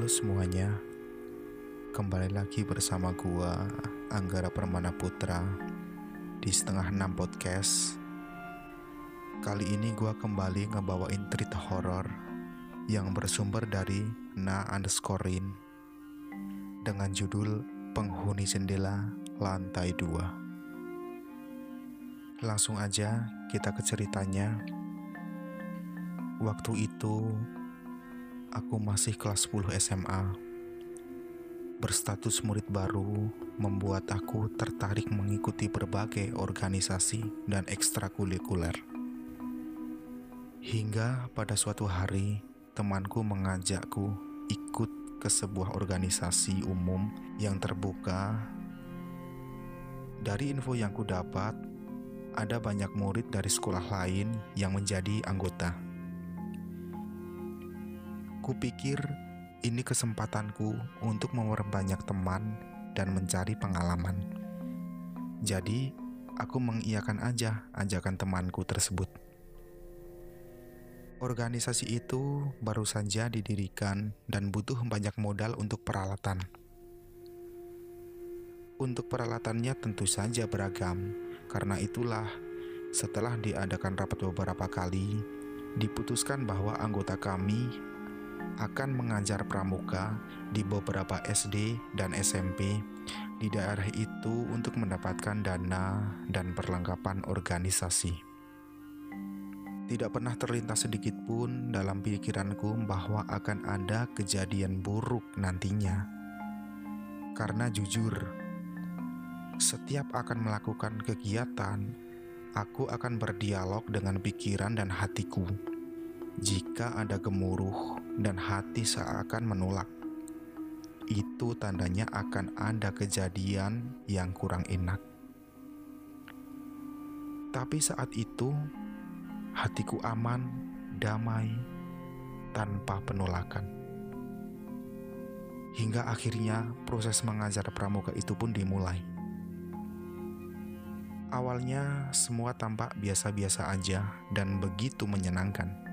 Halo semuanya, kembali lagi bersama gua Anggara Permana Putra di Setengah 6 Podcast. Kali ini gua kembali ngebawain cerita horor yang bersumber dari na_rin dengan judul Penghuni Jendela Lantai 2. Langsung aja kita ke ceritanya. Waktu itu aku masih kelas 10 SMA. Berstatus murid baru membuat aku tertarik mengikuti berbagai organisasi dan ekstrakurikuler. Hingga pada suatu hari, temanku mengajakku ikut ke sebuah organisasi umum yang terbuka. Dari info yang ku dapat, ada banyak murid dari sekolah lain yang menjadi anggota. Kupikir ini kesempatanku untuk memperbanyak teman dan mencari pengalaman. Jadi, aku mengiyakan aja ajakan temanku tersebut. Organisasi itu baru saja didirikan dan butuh banyak modal untuk peralatan. Untuk peralatannya tentu saja beragam. Karena itulah, setelah diadakan rapat beberapa kali, diputuskan bahwa anggota kami akan mengajar pramuka di beberapa SD dan SMP di daerah itu untuk mendapatkan dana dan perlengkapan organisasi. Tidak pernah terlintas sedikit pun dalam pikiranku bahwa akan ada kejadian buruk nantinya. Karena jujur, setiap akan melakukan kegiatan, aku akan berdialog dengan pikiran dan hatiku. Jika ada gemuruh dan hati seakan menolak, itu tandanya akan ada kejadian yang kurang enak. Tapi saat itu, hatiku aman, damai, tanpa penolakan. Hingga akhirnya proses mengajar pramuka itu pun dimulai. Awalnya semua tampak biasa-biasa aja dan begitu menyenangkan.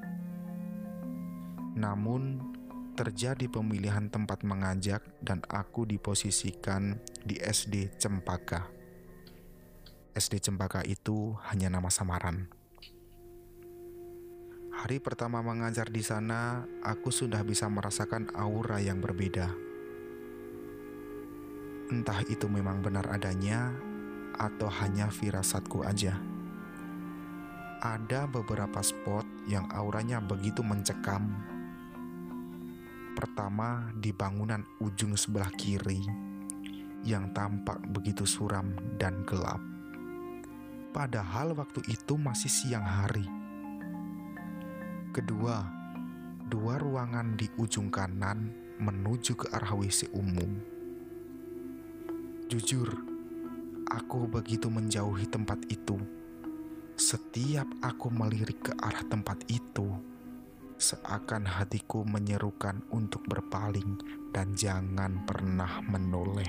Namun, terjadi pemilihan tempat mengajak dan aku diposisikan di SD Cempaka. SD Cempaka itu hanya nama samaran. Hari pertama mengajar di sana, aku sudah bisa merasakan aura yang berbeda. Entah itu memang benar adanya atau hanya firasatku aja. Ada beberapa spot yang auranya begitu mencekam. Pertama, di bangunan ujung sebelah kiri yang tampak begitu suram dan gelap. Padahal waktu itu masih siang hari. Kedua, dua ruangan di ujung kanan menuju ke arah WC umum. Jujur, aku begitu menjauhi tempat itu. Setiap aku melirik ke arah tempat itu, seakan hatiku menyerukan untuk berpaling dan jangan pernah menoleh.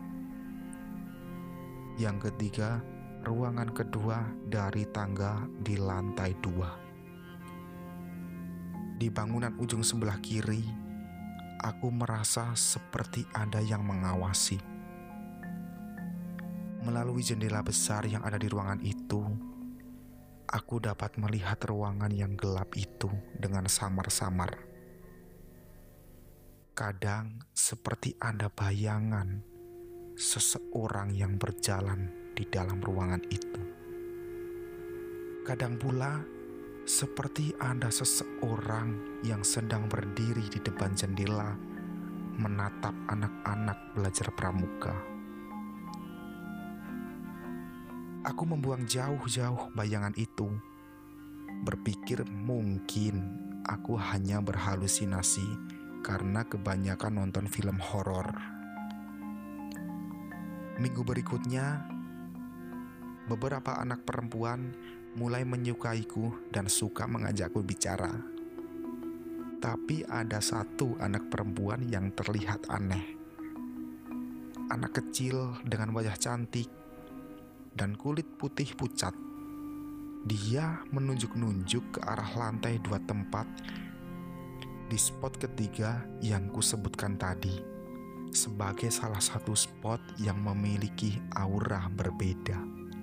Yang ketiga, ruangan kedua dari tangga di lantai 2. Di bangunan ujung sebelah kiri, aku merasa seperti ada yang mengawasi. Melalui jendela besar yang ada di ruangan itu, aku dapat melihat ruangan yang gelap itu dengan samar-samar. Kadang seperti ada bayangan seseorang yang berjalan di dalam ruangan itu. Kadang pula seperti ada seseorang yang sedang berdiri di depan jendela menatap anak-anak belajar pramuka. Aku membuang jauh-jauh bayangan itu, berpikir mungkin aku hanya berhalusinasi karena kebanyakan nonton film horor. Minggu berikutnya, beberapa anak perempuan mulai menyukaiku dan suka mengajakku bicara. Tapi ada satu anak perempuan yang terlihat aneh. Anak kecil dengan wajah cantik dan kulit putih pucat. Dia menunjuk-nunjuk ke arah lantai 2 tempat di spot ketiga yang kusebutkan tadi, sebagai salah satu spot yang memiliki aura berbeda.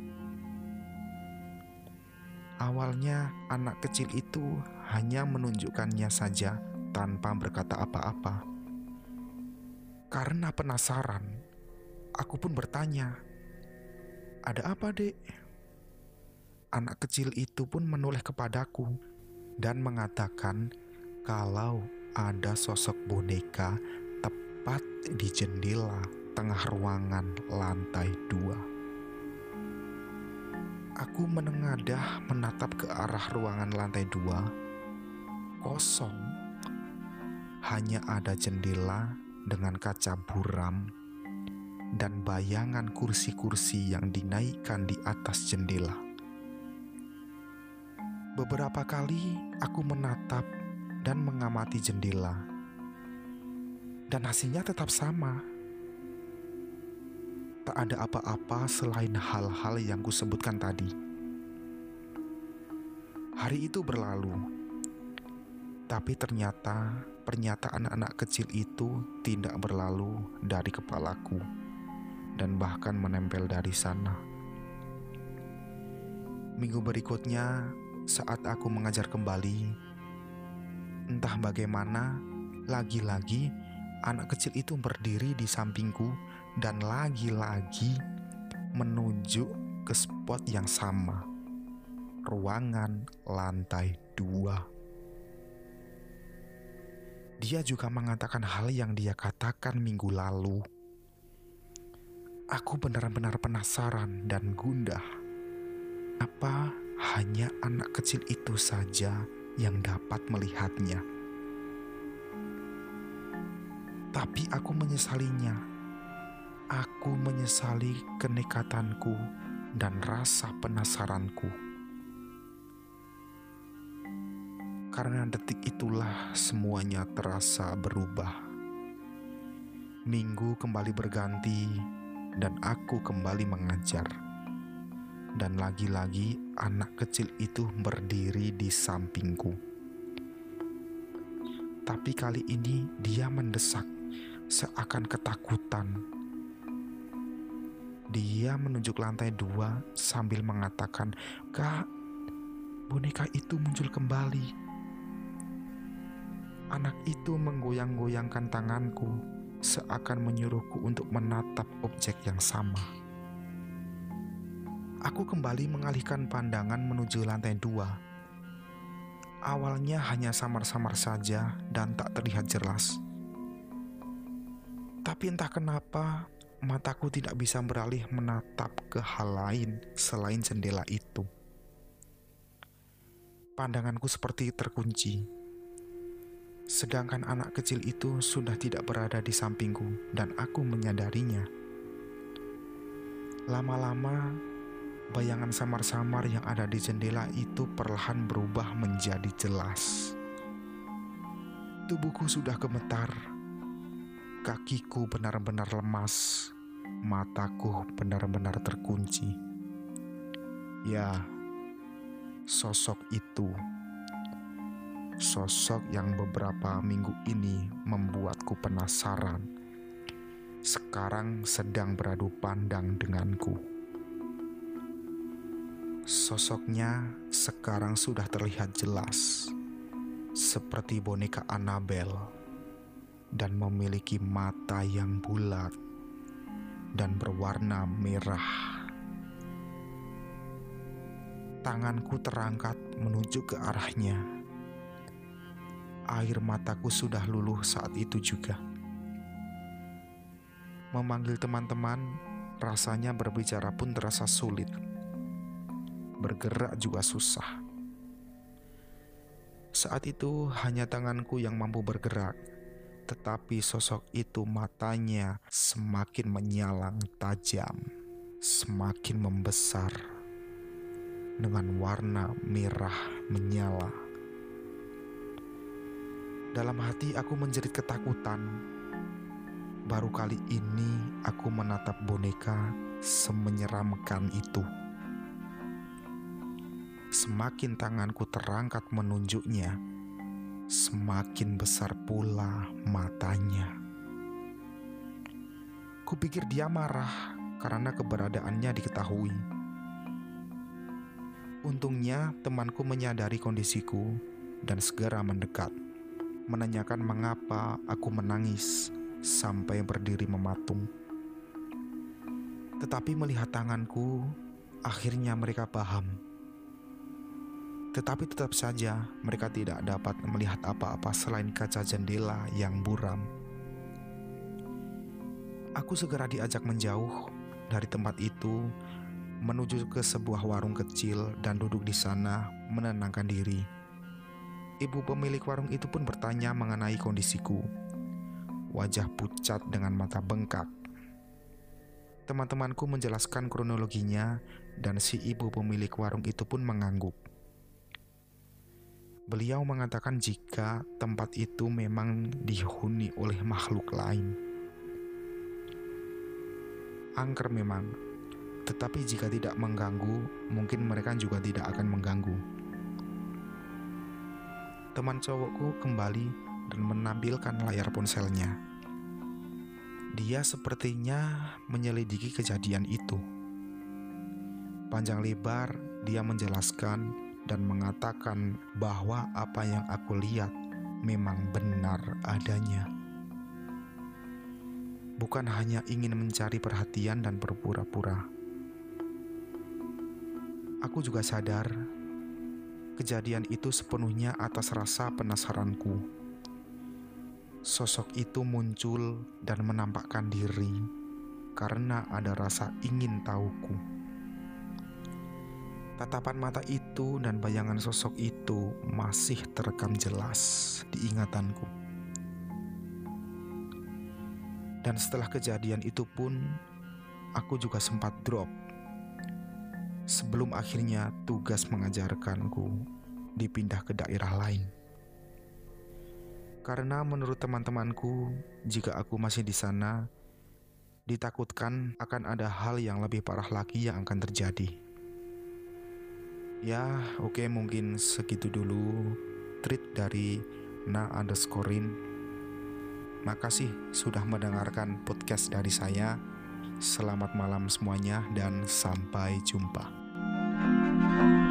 Awalnya anak kecil itu hanya menunjukkannya saja tanpa berkata apa-apa. Karena penasaran, aku pun bertanya, "Ada apa, Dek?" Anak kecil itu pun menoleh kepadaku dan mengatakan kalau ada sosok boneka tepat di jendela tengah ruangan lantai 2. Aku menengadah menatap ke arah ruangan lantai 2, kosong. Hanya ada jendela dengan kaca buram dan bayangan kursi-kursi yang dinaikkan di atas jendela. Beberapa kali aku menatap dan mengamati jendela, dan hasilnya tetap sama. Tak ada apa-apa selain hal-hal yang kusebutkan tadi. Hari itu berlalu, tapi ternyata pernyataan anak kecil itu tidak berlalu dari kepalaku dan bahkan menempel dari sana. Minggu berikutnya, saat aku mengajar kembali, entah bagaimana, lagi-lagi anak kecil itu berdiri di sampingku dan lagi-lagi menunjuk ke spot yang sama, ruangan lantai 2. Dia juga mengatakan hal yang dia katakan minggu lalu. Aku benar-benar penasaran dan gundah. Apa hanya anak kecil itu saja yang dapat melihatnya? Tapi aku menyesalinya. Aku menyesali kenekatanku dan rasa penasaranku. Karena detik itulah semuanya terasa berubah. Minggu kembali berganti dan aku kembali mengajar. Dan lagi-lagi anak kecil itu berdiri di sampingku. Tapi kali ini dia mendesak seakan ketakutan. Dia menunjuk lantai 2 sambil mengatakan, "Kak, boneka itu muncul kembali." Anak itu menggoyang-goyangkan tanganku seakan menyuruhku untuk menatap objek yang sama. Aku kembali mengalihkan pandangan menuju lantai 2. Awalnya hanya samar-samar saja dan tak terlihat jelas. Tapi entah kenapa, mataku tidak bisa beralih menatap ke hal lain selain jendela itu. Pandanganku seperti terkunci. Sedangkan anak kecil itu sudah tidak berada di sampingku dan aku menyadarinya. Lama-lama, bayangan samar-samar yang ada di jendela itu perlahan berubah menjadi jelas. Tubuhku sudah gemetar. Kakiku benar-benar lemas, mataku benar-benar terkunci. Ya, sosok itu, sosok yang beberapa minggu ini membuatku penasaran, sekarang sedang beradu pandang denganku. Sosoknya sekarang sudah terlihat jelas, seperti boneka Annabelle, dan memiliki mata yang bulat dan berwarna merah. Tanganku terangkat menuju ke arahnya. Air mataku sudah luluh saat itu juga. Memanggil teman-teman, rasanya berbicara pun terasa sulit. Bergerak juga susah. Saat itu hanya tanganku yang mampu bergerak. Tetapi sosok itu matanya semakin menyalang tajam, semakin membesar, dengan warna merah menyala. Dalam hati aku menjerit ketakutan. Baru kali ini aku menatap boneka semenyeramkan itu. Semakin tanganku terangkat menunjuknya, semakin besar pula matanya. Kupikir dia marah karena keberadaannya diketahui. Untungnya temanku menyadari kondisiku dan segera mendekat, menanyakan mengapa aku menangis sampai berdiri mematung. Tetapi melihat tanganku, akhirnya mereka paham. Tetapi tetap saja mereka tidak dapat melihat apa-apa selain kaca jendela yang buram. Aku segera diajak menjauh dari tempat itu menuju ke sebuah warung kecil dan duduk di sana menenangkan diri. Ibu pemilik warung itu pun bertanya mengenai kondisiku. Wajah pucat dengan mata bengkak. Teman-temanku menjelaskan kronologinya dan si ibu pemilik warung itu pun mengangguk. Beliau mengatakan jika tempat itu memang dihuni oleh makhluk lain. Angker memang, tetapi jika tidak mengganggu, mungkin mereka juga tidak akan mengganggu. Teman cowokku kembali dan menampilkan layar ponselnya. Dia sepertinya menyelidiki kejadian itu. Panjang lebar dia menjelaskan dan mengatakan bahwa apa yang aku lihat memang benar adanya. Bukan hanya ingin mencari perhatian dan berpura-pura. Aku juga sadar kejadian itu sepenuhnya atas rasa penasaranku. Sosok itu muncul dan menampakkan diri karena ada rasa ingin tahuku. Tatapan mata itu dan bayangan sosok itu masih terekam jelas di ingatanku. Dan setelah kejadian itu pun, aku juga sempat drop. Sebelum akhirnya tugas mengajarkanku dipindah ke daerah lain. Karena menurut teman-temanku, jika aku masih di sana, ditakutkan akan ada hal yang lebih parah lagi yang akan terjadi. Ya, oke, mungkin segitu dulu treat dari na_rin. Makasih sudah mendengarkan podcast dari saya. Selamat malam semuanya dan sampai jumpa.